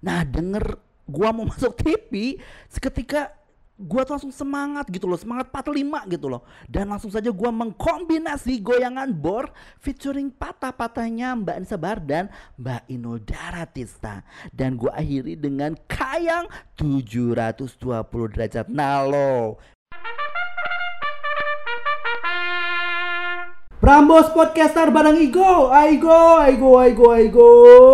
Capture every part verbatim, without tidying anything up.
Nah denger gua mau masuk T V, seketika gua tuh langsung semangat gitu loh, semangat empat puluh lima gitu loh. Dan langsung saja gua mengkombinasi goyangan bor featuring patah-patahnya Mbak Anissa Bahar dan Mbak Inul Daratista. Dan gua akhiri dengan Kayang tujuh ratus dua puluh derajat Nalo. Prambors Podcaster bareng Igo, Aigo, Aigo, Aigo, Aigo.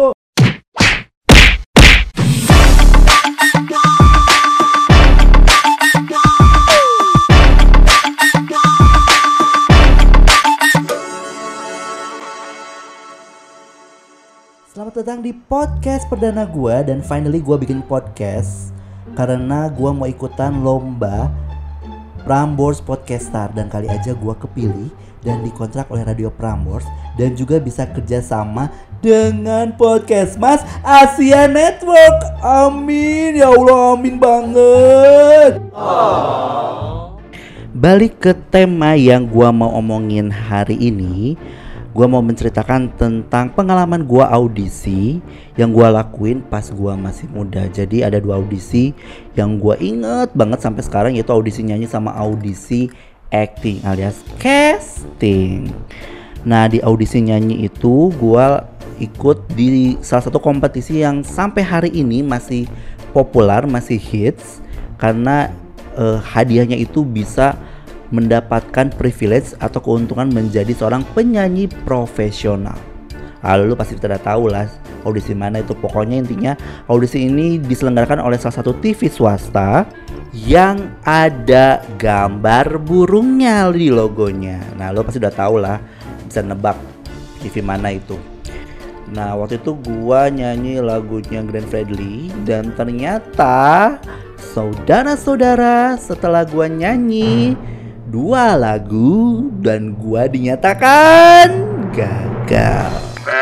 Selamat datang di podcast perdana gue. Dan finally gue bikin podcast karena gue mau ikutan lomba Prambors Podcaster. Dan kali aja gue kepilih dan dikontrak oleh Radio Prambors, dan juga bisa kerjasama dengan podcast Mas Asia Network. Amin ya Allah, amin banget. Oh. Balik ke tema yang gue mau omongin hari ini. Gue mau menceritakan tentang pengalaman gue audisi yang gue lakuin pas gue masih muda. Jadi ada dua audisi yang gue inget banget sampai sekarang, yaitu audisi nyanyi sama audisi acting alias casting. Nah di audisi nyanyi itu gue ikut di salah satu kompetisi yang sampai hari ini masih populer, masih hits. Karena eh, hadiahnya itu bisa mendapatkan privilege atau keuntungan menjadi seorang penyanyi profesional. Lalu lu pasti sudah tahu lah audisi mana itu. Pokoknya intinya audisi ini diselenggarakan oleh salah satu T V swasta yang ada gambar burungnya di logonya. Nah lu pasti udah tahu lah, bisa nebak T V mana itu. Nah waktu itu gua nyanyi lagunya Glenn Fredly, dan ternyata saudara-saudara setelah gua nyanyi dua lagu dan gua dinyatakan gagal.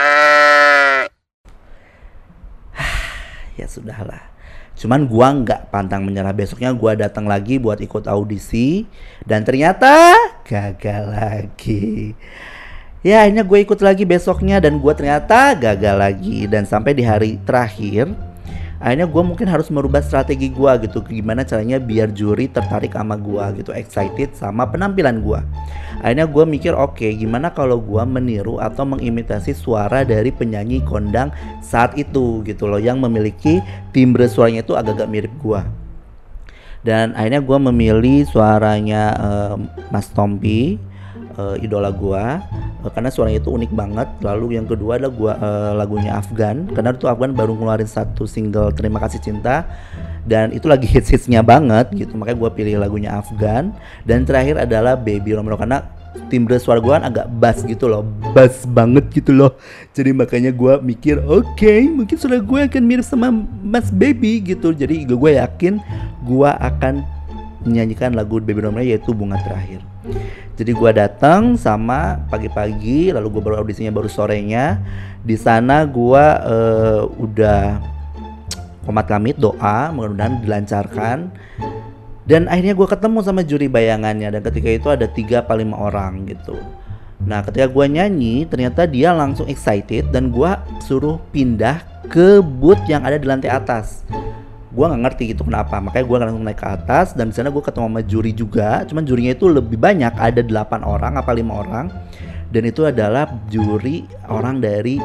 Ya sudahlah. Cuman gua nggak pantang menyerah. Besoknya gua datang lagi buat ikut audisi dan ternyata gagal lagi. Ya akhirnya gue ikut lagi besoknya dan gua ternyata gagal lagi. Dan sampai di hari terakhir akhirnya gue mungkin harus merubah strategi gue gitu, gimana caranya biar juri tertarik sama gue gitu, excited sama penampilan gue. Akhirnya gue mikir oke okay, gimana kalau gue meniru atau mengimitasi suara dari penyanyi kondang saat itu gitu loh, yang memiliki timbre suaranya itu agak-agak mirip gue. Dan akhirnya gue memilih suaranya uh, Mas Tompi, uh, idola gue, uh, karena suaranya itu unik banget. Lalu yang kedua adalah gua, uh, lagunya Afgan, karena itu Afgan baru ngeluarin satu single Terima Kasih Cinta dan itu lagi hits-hitsnya banget gitu, makanya gue pilih lagunya Afgan. Dan terakhir adalah Baby Romero, karena timbre suara gue kan agak bass gitu loh, bass banget gitu loh. Jadi makanya gue mikir oke okay, mungkin suara gue akan mirip sama Mas Baby gitu. Jadi gue yakin gue akan menyanyikan lagu Baby Romero, yaitu Bunga Terakhir. Jadi gue datang sama pagi-pagi, lalu gue baru audisinya baru sorenya. Di sana gue uh, udah komat kamit doa, mudah-mudahan dilancarkan. Dan akhirnya gue ketemu sama juri bayangannya, dan ketika itu ada tiga atau lima orang gitu. Nah ketika gue nyanyi ternyata dia langsung excited dan gue suruh pindah ke booth yang ada di lantai atas. Gue nggak ngerti gitu kenapa, makanya gue langsung naik ke atas. Dan di sana gue ketemu sama juri juga, cuman jurinya itu lebih banyak, ada delapan orang apa lima orang. Dan itu adalah juri orang dari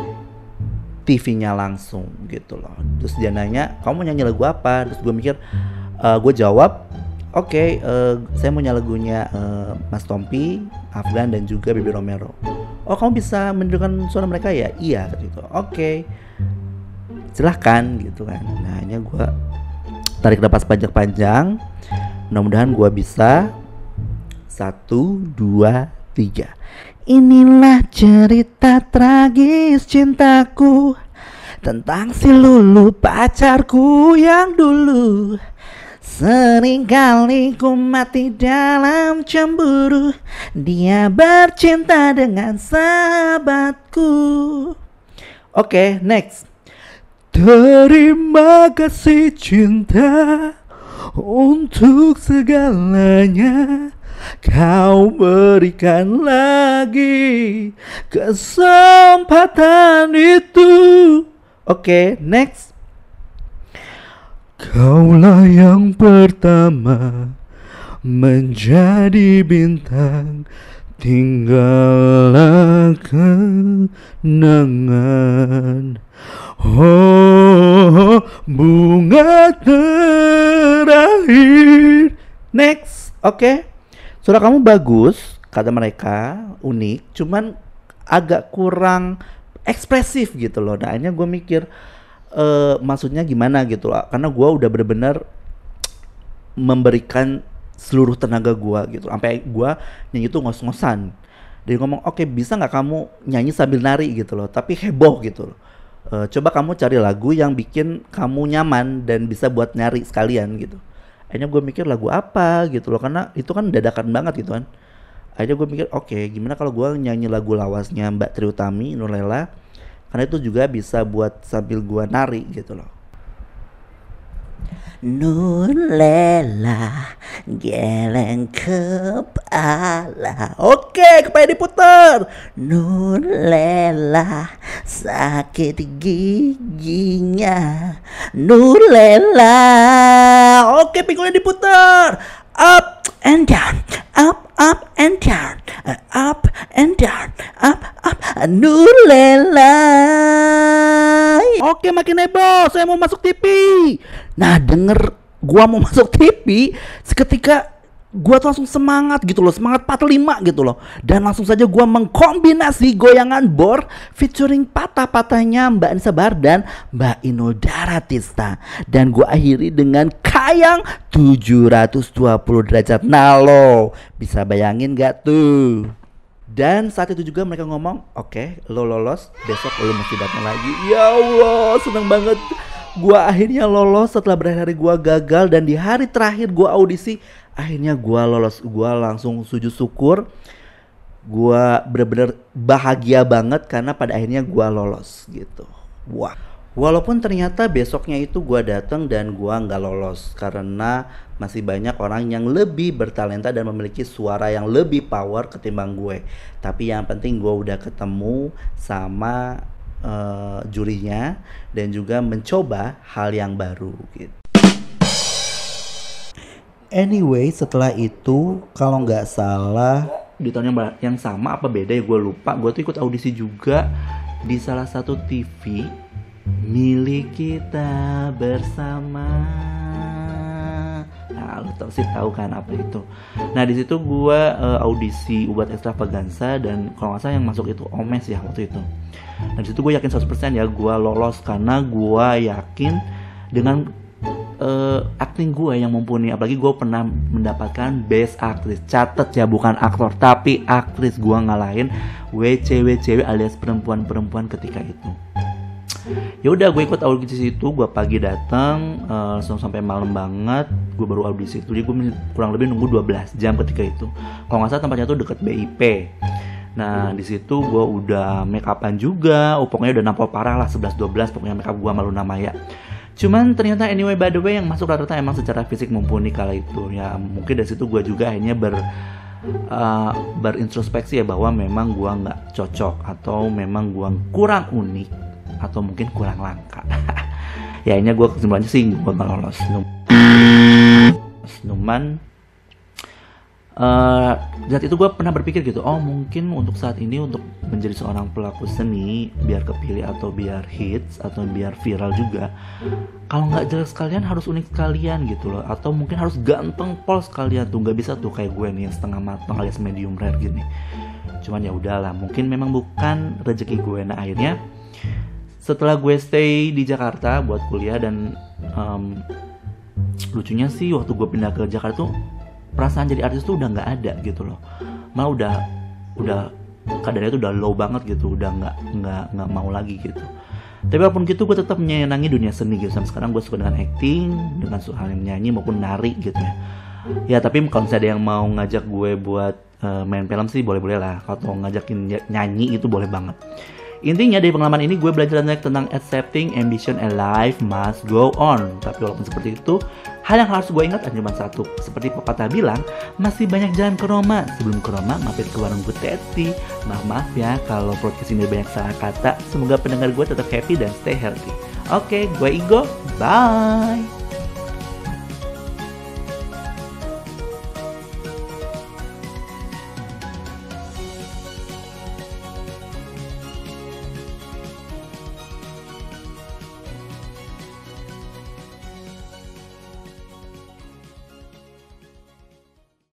T V-nya langsung gitu loh. Terus dia nanya, kamu mau nyanyi lagu apa? Terus gue mikir, uh, gue jawab, oke, okay, uh, saya mau nyanyi lagunya uh, Mas Tompi, Afgan dan juga Baby Romero. Oh kamu bisa menirukan suara mereka ya? Iya gitu. Oke, okay, silahkan gitu kan. Nah ini gue tarik napas panjang-panjang, mudah-mudahan gue bisa. Satu, dua, tiga. Inilah cerita tragis cintaku tentang si Lulu pacarku yang dulu. Seringkali ku mati dalam cemburu, dia bercinta dengan sahabatku. Oke, okay, next. Terima kasih cinta untuk segalanya kau berikan lagi kesempatan itu. Oke, okay, next. Kaulah yang pertama menjadi bintang, tinggallah kenangan. Oh, bunga terakhir. Next, oke. Okay. Suara kamu bagus, kata mereka, unik, cuman agak kurang ekspresif gitu loh. Nah, akhirnya gue mikir, uh, maksudnya gimana gitu loh. Karena gue udah bener-bener memberikan seluruh tenaga gue gitu. Sampai gue nyanyi tuh ngos-ngosan. Dia ngomong, oke okay, bisa gak kamu nyanyi sambil nari gitu loh, tapi heboh gitu loh. Uh, coba kamu cari lagu yang bikin kamu nyaman dan bisa buat nyari sekalian gitu. Akhirnya gue mikir lagu apa gitu loh, karena itu kan dadakan banget gitu kan. Akhirnya gue mikir oke okay, gimana kalau gue nyanyi lagu lawasnya Mbak Trie Utami, Nurlela, karena itu juga bisa buat sambil gue nari gitu loh. Nurlela geleng kepala. Oke, kepala diputar. Nurlela sakit giginya. Nurlela. Oke, pinggulnya diputar. Up and down, up, up and down, up and down, up, up. Nurlela. Oke, makin heboh. Saya mau masuk T V. Nah, denger gua mau masuk T V, seketika gua tuh langsung semangat gitu loh, semangat empat puluh lima gitu loh. Dan langsung saja gua mengkombinasi goyangan bor featuring patah-patahnya Mbak Anissa Bahar dan Mbak Inul Daratista. Dan gua akhiri dengan Kayang tujuh ratus dua puluh derajat. Nah lo, bisa bayangin gak tuh? Dan saat itu juga mereka ngomong, oke okay, lo lolos, besok lo mesti datang lagi. Ya Allah, seneng banget. Gua akhirnya lolos setelah berhari-hari gua gagal, dan di hari terakhir gua audisi akhirnya gua lolos. Gua langsung sujud syukur. Gua bener-bener bahagia banget karena pada akhirnya gua lolos gitu. Wah. Walaupun ternyata besoknya itu gua datang dan gua nggak lolos karena masih banyak orang yang lebih bertalenta dan memiliki suara yang lebih power ketimbang gue. Tapi yang penting gua udah ketemu sama uh, jurinya dan juga mencoba hal yang baru gitu. Anyway, setelah itu kalau nggak salah di tahun yang, yang sama apa beda ya gue lupa, gue tuh ikut audisi juga di salah satu T V milik kita bersama. Nah, lu tau sih tahu kan apa itu. Nah, di situ gue uh, audisi Ubat Extravaganza dan kalau nggak salah yang masuk itu Omes ya waktu itu. Nah, di situ gue yakin seratus persen ya gue lolos karena gue yakin dengan uh, acting gue yang mumpuni. Apalagi gue pernah mendapatkan Best Actress. Catet ya, bukan aktor tapi aktris. Gue ngalahin W C W C W alias perempuan-perempuan ketika itu. Ya udah, gue ikut audisi itu, gue pagi datang uh, langsung sampai malam banget, gue baru audisi itu. Jadi gue kurang lebih nunggu dua belas jam ketika itu. Kalau nggak salah tempatnya tuh deket B I P. Nah di situ gue udah make upan juga, oh, pokoknya udah nampol parah lah, sebelas dua belas pokoknya make up gue malu Maya. Cuman ternyata anyway by the way yang masuk rata-rata emang secara fisik mumpuni kala itu. Ya mungkin dari situ gue juga akhirnya ber uh, berintrospeksi ya bahwa memang gue nggak cocok atau memang gue kurang unik atau mungkin kurang langka. Ya akhirnya gue kesimpulannya sih gue gak lolos. Cuman uh, saat itu gue pernah berpikir gitu, oh mungkin untuk saat ini untuk menjadi seorang pelaku seni biar kepilih atau biar hits atau biar viral juga, kalau nggak jelas sekalian harus unik sekalian gitu loh, atau mungkin harus ganteng pol sekalian tuh. Nggak bisa tuh kayak gue nih yang setengah matang alias medium rare gini. Cuman ya udahlah, mungkin memang bukan rezeki gue. Nah akhirnya setelah gue stay di Jakarta buat kuliah dan um, lucunya sih waktu gue pindah ke Jakarta tuh perasaan jadi artis tuh udah nggak ada gitu loh. Malah udah udah kadarnya tuh udah low banget gitu, udah nggak nggak nggak mau lagi gitu. Tapi walaupun gitu gue tetap menyenangi dunia seni gitu. Sampai sekarang gue suka dengan acting, dengan hal yang menyanyi maupun nari gitu ya. Ya tapi kalau misalnya ada yang mau ngajak gue buat uh, main film sih boleh-boleh lah. Kalau ngajakin nyanyi itu boleh banget. Intinya dari pengalaman ini gue belajar banyak tentang accepting ambition and life must go on. Tapi walaupun seperti itu, hal yang harus gue ingat hanya cuma satu. Seperti pepatah bilang, masih banyak jalan ke Roma. Sebelum ke Roma, mampir ke warung Bu Teti. Maaf-maaf ya kalau podcast ini banyak salah kata. Semoga pendengar gue tetap happy dan stay healthy. Oke, gue Igo. Bye!